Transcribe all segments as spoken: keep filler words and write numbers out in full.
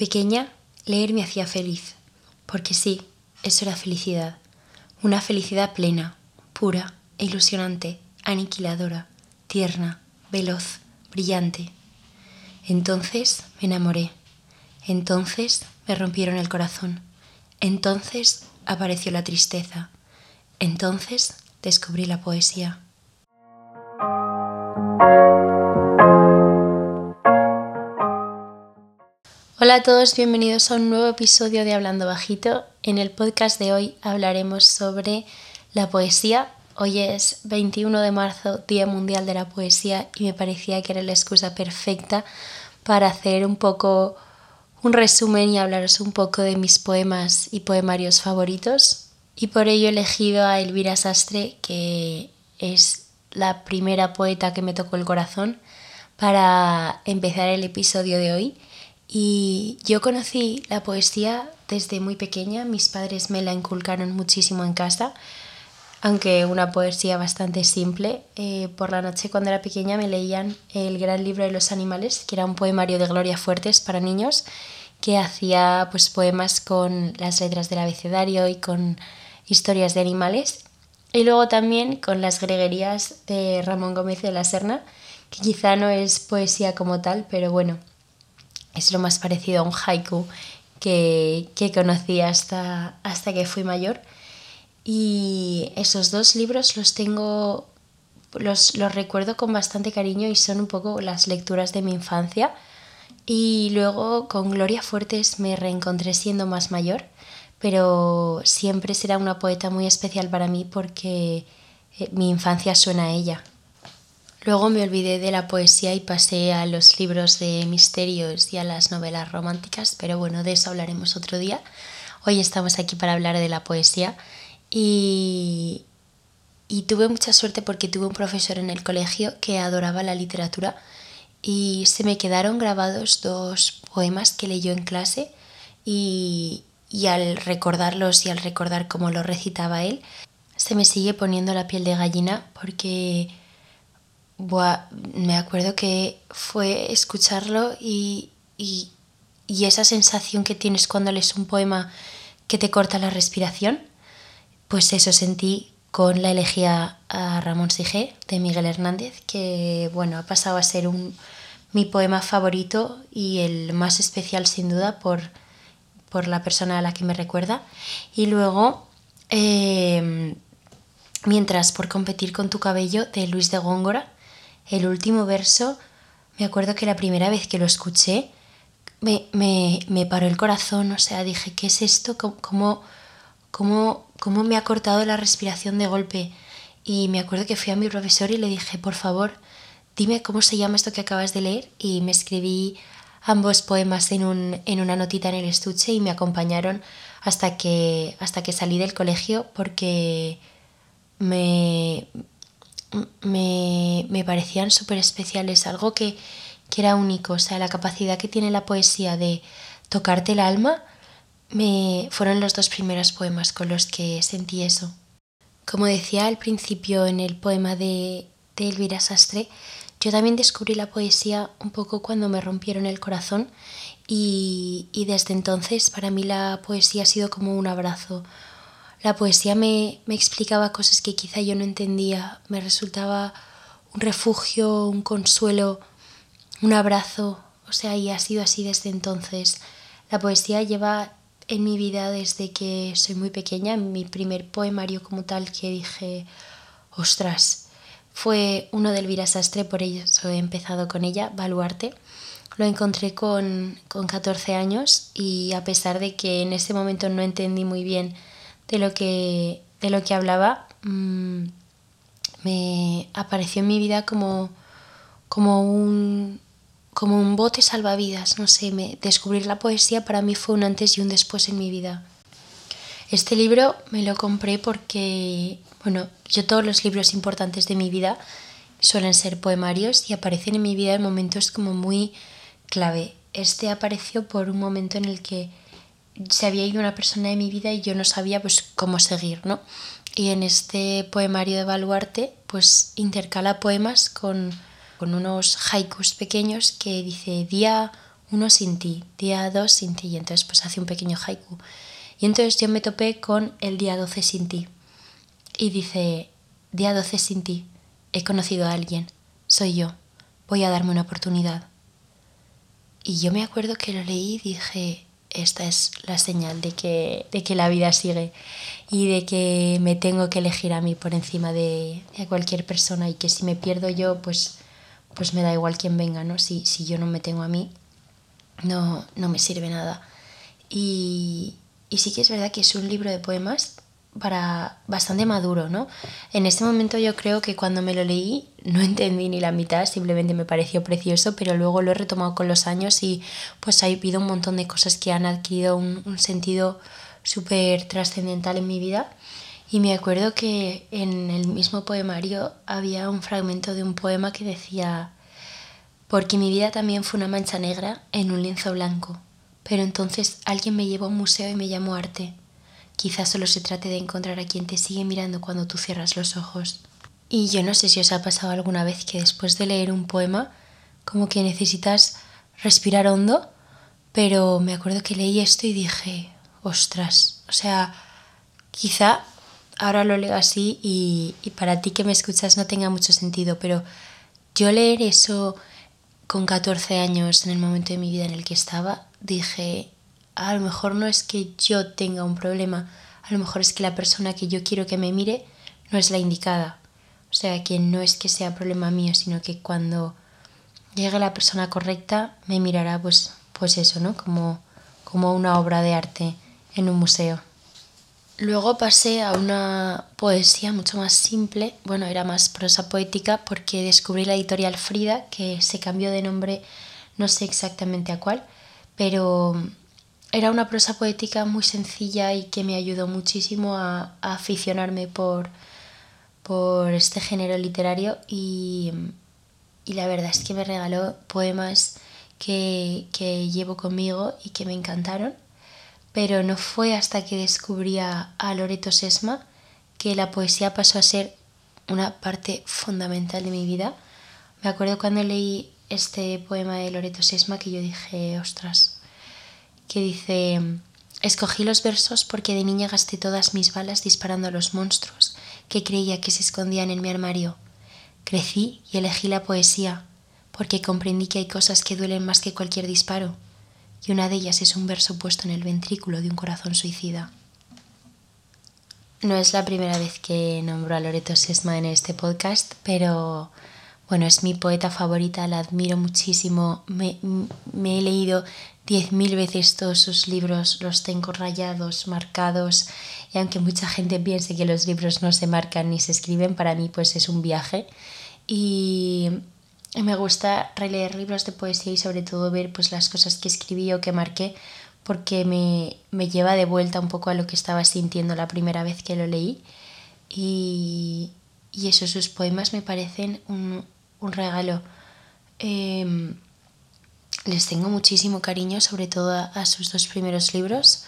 pequeña, leer me hacía feliz, porque sí, eso era felicidad. Una felicidad plena, pura e ilusionante, aniquiladora, tierna, veloz, brillante. Entonces me enamoré. Entonces me rompieron el corazón. Entonces apareció la tristeza. Entonces descubrí la poesía. Hola a todos, bienvenidos a un nuevo episodio de Hablando Bajito. En el podcast de hoy hablaremos sobre la poesía. Hoy es veintiuno de marzo, Día Mundial de la Poesía, y me parecía que era la excusa perfecta para hacer un poco un resumen y hablaros un poco de mis poemas y poemarios favoritos. Y por ello he elegido a Elvira Sastre, que es la primera poeta que me tocó el corazón, para empezar el episodio de hoy. Y yo conocí la poesía desde muy pequeña, mis padres me la inculcaron muchísimo en casa, aunque una poesía bastante simple. Eh, por la noche cuando era pequeña me leían El gran libro de los animales, que era un poemario de Gloria Fuertes para niños, que hacía pues poemas con las letras del abecedario y con historias de animales. Y luego también con las greguerías de Ramón Gómez de la Serna, que quizá no es poesía como tal, pero bueno, es lo más parecido a un haiku que, que conocí hasta, hasta que fui mayor. Y esos dos libros los tengo, los, los recuerdo con bastante cariño y son un poco las lecturas de mi infancia. Y luego con Gloria Fuertes me reencontré siendo más mayor, pero siempre será una poeta muy especial para mí porque eh, mi infancia suena a ella. Luego me olvidé de la poesía y pasé a los libros de misterios y a las novelas románticas, pero bueno, de eso hablaremos otro día. Hoy estamos aquí para hablar de la poesía y, y tuve mucha suerte porque tuve un profesor en el colegio que adoraba la literatura y se me quedaron grabados dos poemas que leyó en clase y, y al recordarlos y al recordar cómo lo recitaba él, se me sigue poniendo la piel de gallina porque... Buah, me acuerdo que fue escucharlo y, y, y esa sensación que tienes cuando lees un poema que te corta la respiración, pues eso sentí con la elegía a Ramón Sigé de Miguel Hernández, que bueno, ha pasado a ser un, mi poema favorito y el más especial sin duda por, por la persona a la que me recuerda. Y luego, eh, Mientras por competir con tu cabello de Luis de Góngora. El último verso, me acuerdo que la primera vez que lo escuché me, me, me paró el corazón, o sea, dije, ¿qué es esto? ¿Cómo, cómo, cómo me ha cortado la respiración de golpe? Y me acuerdo que fui a mi profesor y le dije, por favor, dime cómo se llama esto que acabas de leer, y me escribí ambos poemas en, un, en una notita en el estuche y me acompañaron hasta que, hasta que salí del colegio porque me... Me, me parecían súper especiales, algo que, que era único, o sea, la capacidad que tiene la poesía de tocarte el alma, me, fueron los dos primeros poemas con los que sentí eso. Como decía al principio en el poema de, de Elvira Sastre, yo también descubrí la poesía un poco cuando me rompieron el corazón y, y desde entonces para mí la poesía ha sido como un abrazo. La poesía me, me explicaba cosas que quizá yo no entendía, me resultaba un refugio, un consuelo, un abrazo, o sea, y ha sido así desde entonces. La poesía lleva en mi vida desde que soy muy pequeña. Mi primer poemario como tal que dije, ostras, fue uno de Elvira Sastre, por eso he empezado con ella, Baluarte. Lo encontré con, con catorce años y a pesar de que en ese momento no entendí muy bien de lo que, de lo que hablaba, mmm, me apareció en mi vida como, como, un, como un bote salvavidas, no sé, me, descubrir la poesía para mí fue un antes y un después en mi vida. Este libro me lo compré porque, bueno, yo todos los libros importantes de mi vida suelen ser poemarios y aparecen en mi vida en momentos como muy clave. Este apareció por un momento en el que se había ido una persona de mi vida y yo no sabía pues cómo seguir, ¿no? Y en este poemario de Baluarte pues intercala poemas con, con unos haikus pequeños que dice: día uno sin ti, día dos sin ti, y entonces pues hace un pequeño haiku. Y entonces yo me topé con el día doce sin ti. Y dice, día doce sin ti, he conocido a alguien, soy yo, voy a darme una oportunidad. Y yo me acuerdo que lo leí y dije, esta es la señal de que, de que la vida sigue y de que me tengo que elegir a mí por encima de, de cualquier persona, y que si me pierdo yo, pues, pues me da igual quién venga, ¿no? Si, si yo no me tengo a mí, no, no me sirve nada. Y, y sí que es verdad que es un libro de poemas para bastante maduro, ¿no? En este momento yo creo que cuando me lo leí no entendí ni la mitad, simplemente me pareció precioso, pero luego lo he retomado con los años y pues ha habido un montón de cosas que han adquirido un, un sentido súper trascendental en mi vida. Y me acuerdo que en el mismo poemario había un fragmento de un poema que decía: porque mi vida también fue una mancha negra en un lienzo blanco, pero entonces alguien me llevó a un museo y me llamó arte. Quizás solo se trate de encontrar a quien te sigue mirando cuando tú cierras los ojos. Y yo no sé si os ha pasado alguna vez que después de leer un poema como que necesitas respirar hondo, pero me acuerdo que leí esto y dije, ostras, o sea, quizá ahora lo leo así y, y para ti que me escuchas no tenga mucho sentido, pero yo leer eso con catorce años, en el momento de mi vida en el que estaba, dije, a lo mejor no es que yo tenga un problema, a lo mejor es que la persona que yo quiero que me mire no es la indicada. O sea, que no es que sea problema mío, sino que cuando llegue la persona correcta me mirará pues, pues eso, ¿no? Como, como una obra de arte en un museo. Luego pasé a una poesía mucho más simple, bueno, era más prosa poética porque descubrí la editorial Frida, que se cambió de nombre, no sé exactamente a cuál, pero era una prosa poética muy sencilla y que me ayudó muchísimo a, a aficionarme por, por este género literario y, y la verdad es que me regaló poemas que, que llevo conmigo y que me encantaron. Pero no fue hasta que descubrí a, a Loreto Sesma que la poesía pasó a ser una parte fundamental de mi vida. Me acuerdo cuando leí este poema de Loreto Sesma que yo dije, ostras, que dice: escogí los versos porque de niña gasté todas mis balas disparando a los monstruos que creía que se escondían en mi armario. Crecí y elegí la poesía porque comprendí que hay cosas que duelen más que cualquier disparo, y una de ellas es un verso puesto en el ventrículo de un corazón suicida. No es la primera vez que nombro a Loreto Sesma en este podcast, pero bueno, es mi poeta favorita, la admiro muchísimo, me, me he leído diez mil veces todos sus libros, los tengo rayados, marcados, y aunque mucha gente piense que los libros no se marcan ni se escriben, para mí pues es un viaje. Y me gusta releer libros de poesía y sobre todo ver pues las cosas que escribí o que marqué, porque me, me lleva de vuelta un poco a lo que estaba sintiendo la primera vez que lo leí. Y, y eso, sus poemas me parecen un, un regalo. Eh, les tengo muchísimo cariño, sobre todo a, a sus dos primeros libros.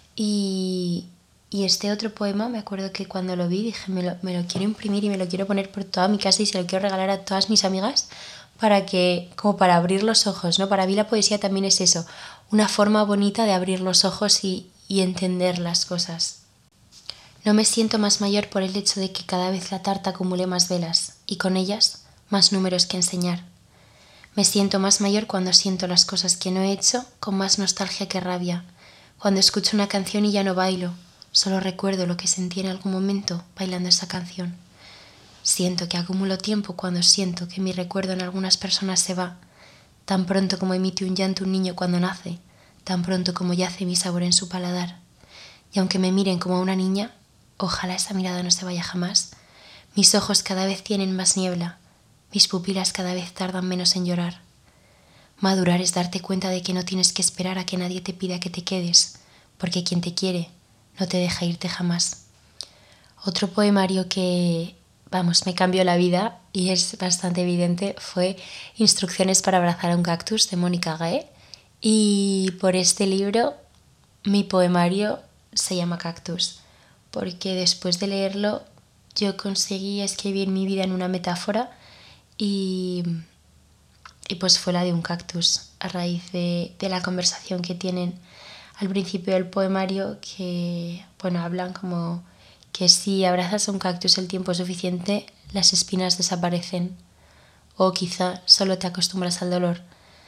Y, y este otro poema, me acuerdo que cuando lo vi dije, me lo, me lo quiero imprimir y me lo quiero poner por toda mi casa y se lo quiero regalar a todas mis amigas, para que, como para abrir los ojos, ¿no? Para mí la poesía también es eso, una forma bonita de abrir los ojos y, y entender las cosas. No me siento más mayor por el hecho de que cada vez la tarta acumule más velas y con ellas más números que enseñar. Me siento más mayor cuando siento las cosas que no he hecho con más nostalgia que rabia, cuando escucho una canción y ya no bailo, solo recuerdo lo que sentí en algún momento bailando esa canción. Siento que acumulo tiempo cuando siento que mi recuerdo en algunas personas se va, tan pronto como emite un llanto un niño cuando nace, tan pronto como yace mi sabor en su paladar. Y aunque me miren como a una niña, ojalá esa mirada no se vaya jamás, mis ojos cada vez tienen más niebla, mis pupilas cada vez tardan menos en llorar. Madurar es darte cuenta de que no tienes que esperar a que nadie te pida que te quedes, porque quien te quiere no te deja irte jamás. Otro poemario que, vamos, me cambió la vida y es bastante evidente fue Instrucciones para abrazar a un cactus, de Mónica Gae. Y por este libro mi poemario se llama Cactus, porque después de leerlo yo conseguí escribir mi vida en una metáfora y, y pues fue la de un cactus. a raíz de, de la conversación que tienen al principio del poemario, que bueno, hablan como que si abrazas a un cactus el tiempo suficiente, las espinas desaparecen, o quizá solo te acostumbras al dolor.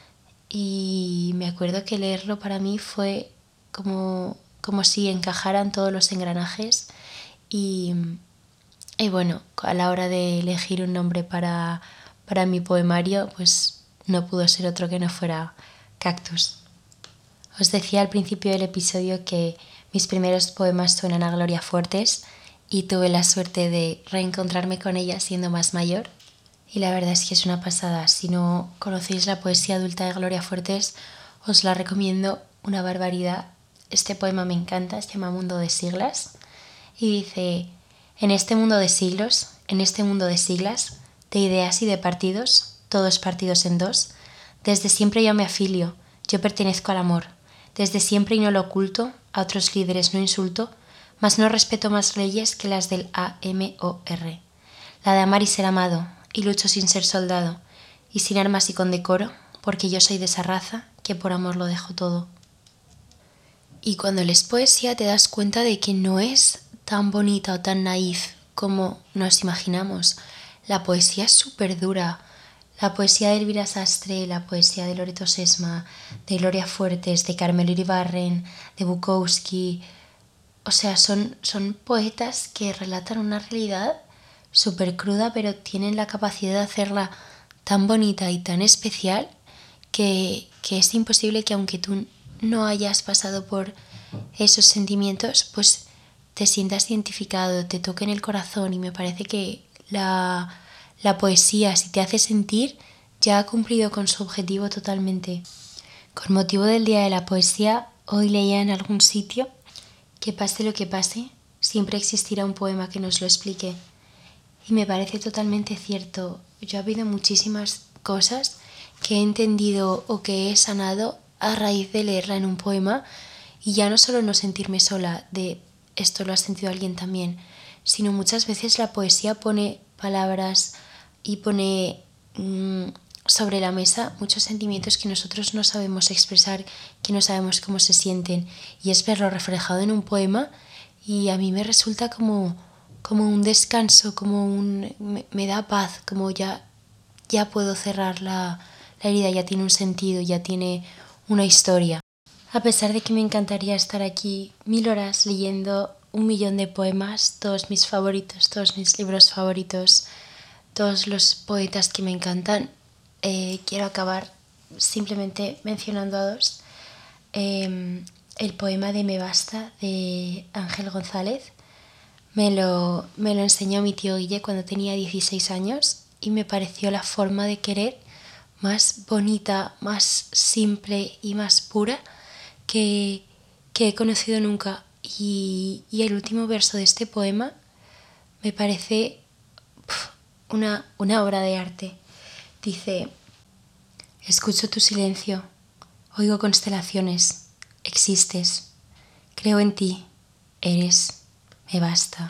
Y me acuerdo que leerlo para mí fue como, como si encajaran todos los engranajes y, y bueno, a la hora de elegir un nombre para, para mi poemario, pues no pudo ser otro que no fuera Cactus. Os decía al principio del episodio que mis primeros poemas suenan a Gloria Fuertes y tuve la suerte de reencontrarme con ella siendo más mayor. Y la verdad es que es una pasada. Si no conocéis la poesía adulta de Gloria Fuertes, os la recomiendo una barbaridad. Este poema me encanta, se llama Mundo de Siglas. Y dice: en este mundo de siglos, en este mundo de siglas, de ideas y de partidos, todos partidos en dos, desde siempre yo me afilio, yo pertenezco al amor. Desde siempre y no lo oculto, a otros líderes no insulto, mas no respeto más leyes que las del A M O R. La de amar y ser amado, y lucho sin ser soldado, y sin armas y con decoro, porque yo soy de esa raza que por amor lo dejo todo. Y cuando lees poesía te das cuenta de que no es tan bonita o tan naif como nos imaginamos. La poesía es súper dura. La poesía de Elvira Sastre, la poesía de Loreto Sesma, de Gloria Fuertes, de Carmelo Iribarren, de Bukowski. O sea, son, son poetas que relatan una realidad súper cruda, pero tienen la capacidad de hacerla tan bonita y tan especial que, que es imposible que, aunque tú no hayas pasado por esos sentimientos, pues te sientas identificado, te toque en el corazón. Y me parece que la, la poesía, si te hace sentir, ya ha cumplido con su objetivo totalmente. Con motivo del Día de la Poesía, hoy leía en algún sitio que pase lo que pase, siempre existirá un poema que nos lo explique. Y me parece totalmente cierto. Yo ha habido muchísimas cosas que he entendido o que he sanado a raíz de leerla en un poema, y ya no solo no sentirme sola de esto lo ha sentido alguien también, sino muchas veces la poesía pone palabras y pone mmm, sobre la mesa muchos sentimientos que nosotros no sabemos expresar, que no sabemos cómo se sienten, y es verlo reflejado en un poema, y a mí me resulta como, como un descanso, como un me, me da paz, como ya, ya puedo cerrar la, la herida, ya tiene un sentido, ya tiene una historia. A pesar de que me encantaría estar aquí mil horas leyendo un millón de poemas, todos mis favoritos, todos mis libros favoritos, todos los poetas que me encantan, eh, quiero acabar simplemente mencionando a dos. Eh, el poema de Me Basta de Ángel González me lo, me lo enseñó mi tío Guille cuando tenía dieciséis años y me pareció la forma de querer más bonita, más simple y más pura que, que he conocido nunca. Y, y el último verso de este poema me parece pf, una, una obra de arte. Dice: escucho tu silencio, oigo constelaciones, existes, creo en ti, eres, me basta.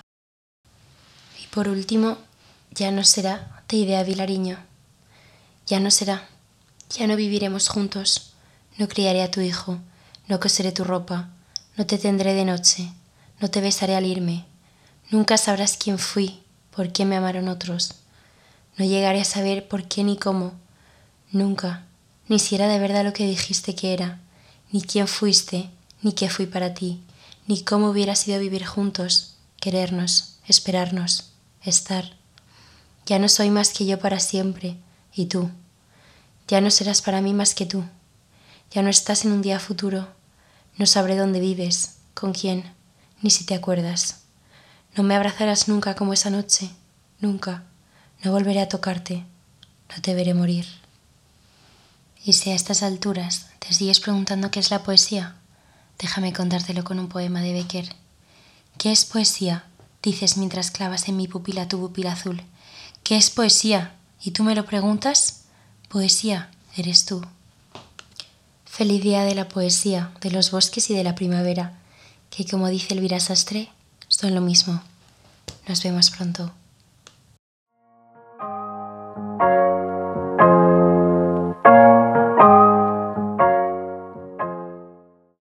Y por último, ya no será de Idea Vilariño. Ya no será, ya no viviremos juntos, no criaré a tu hijo, no coseré tu ropa, no te tendré de noche, no te besaré al irme. Nunca sabrás quién fui, por qué me amaron otros. No llegaré a saber por qué ni cómo. Nunca, ni si era de verdad lo que dijiste que era, ni quién fuiste, ni qué fui para ti, ni cómo hubiera sido vivir juntos, querernos, esperarnos, estar. Ya no soy más que yo para siempre, y tú. Ya no serás para mí más que tú. Ya no estás en un día futuro. No sabré dónde vives, con quién, ni si te acuerdas. No me abrazarás nunca como esa noche, nunca. No volveré a tocarte, no te veré morir. Y si a estas alturas te sigues preguntando qué es la poesía, déjame contártelo con un poema de Becker. ¿Qué es poesía?, dices mientras clavas en mi pupila tu pupila azul. ¿Qué es poesía? ¿Y tú me lo preguntas? Poesía eres tú. Feliz día de la poesía, de los bosques y de la primavera, que, como dice Elvira Sastre, son lo mismo. Nos vemos pronto.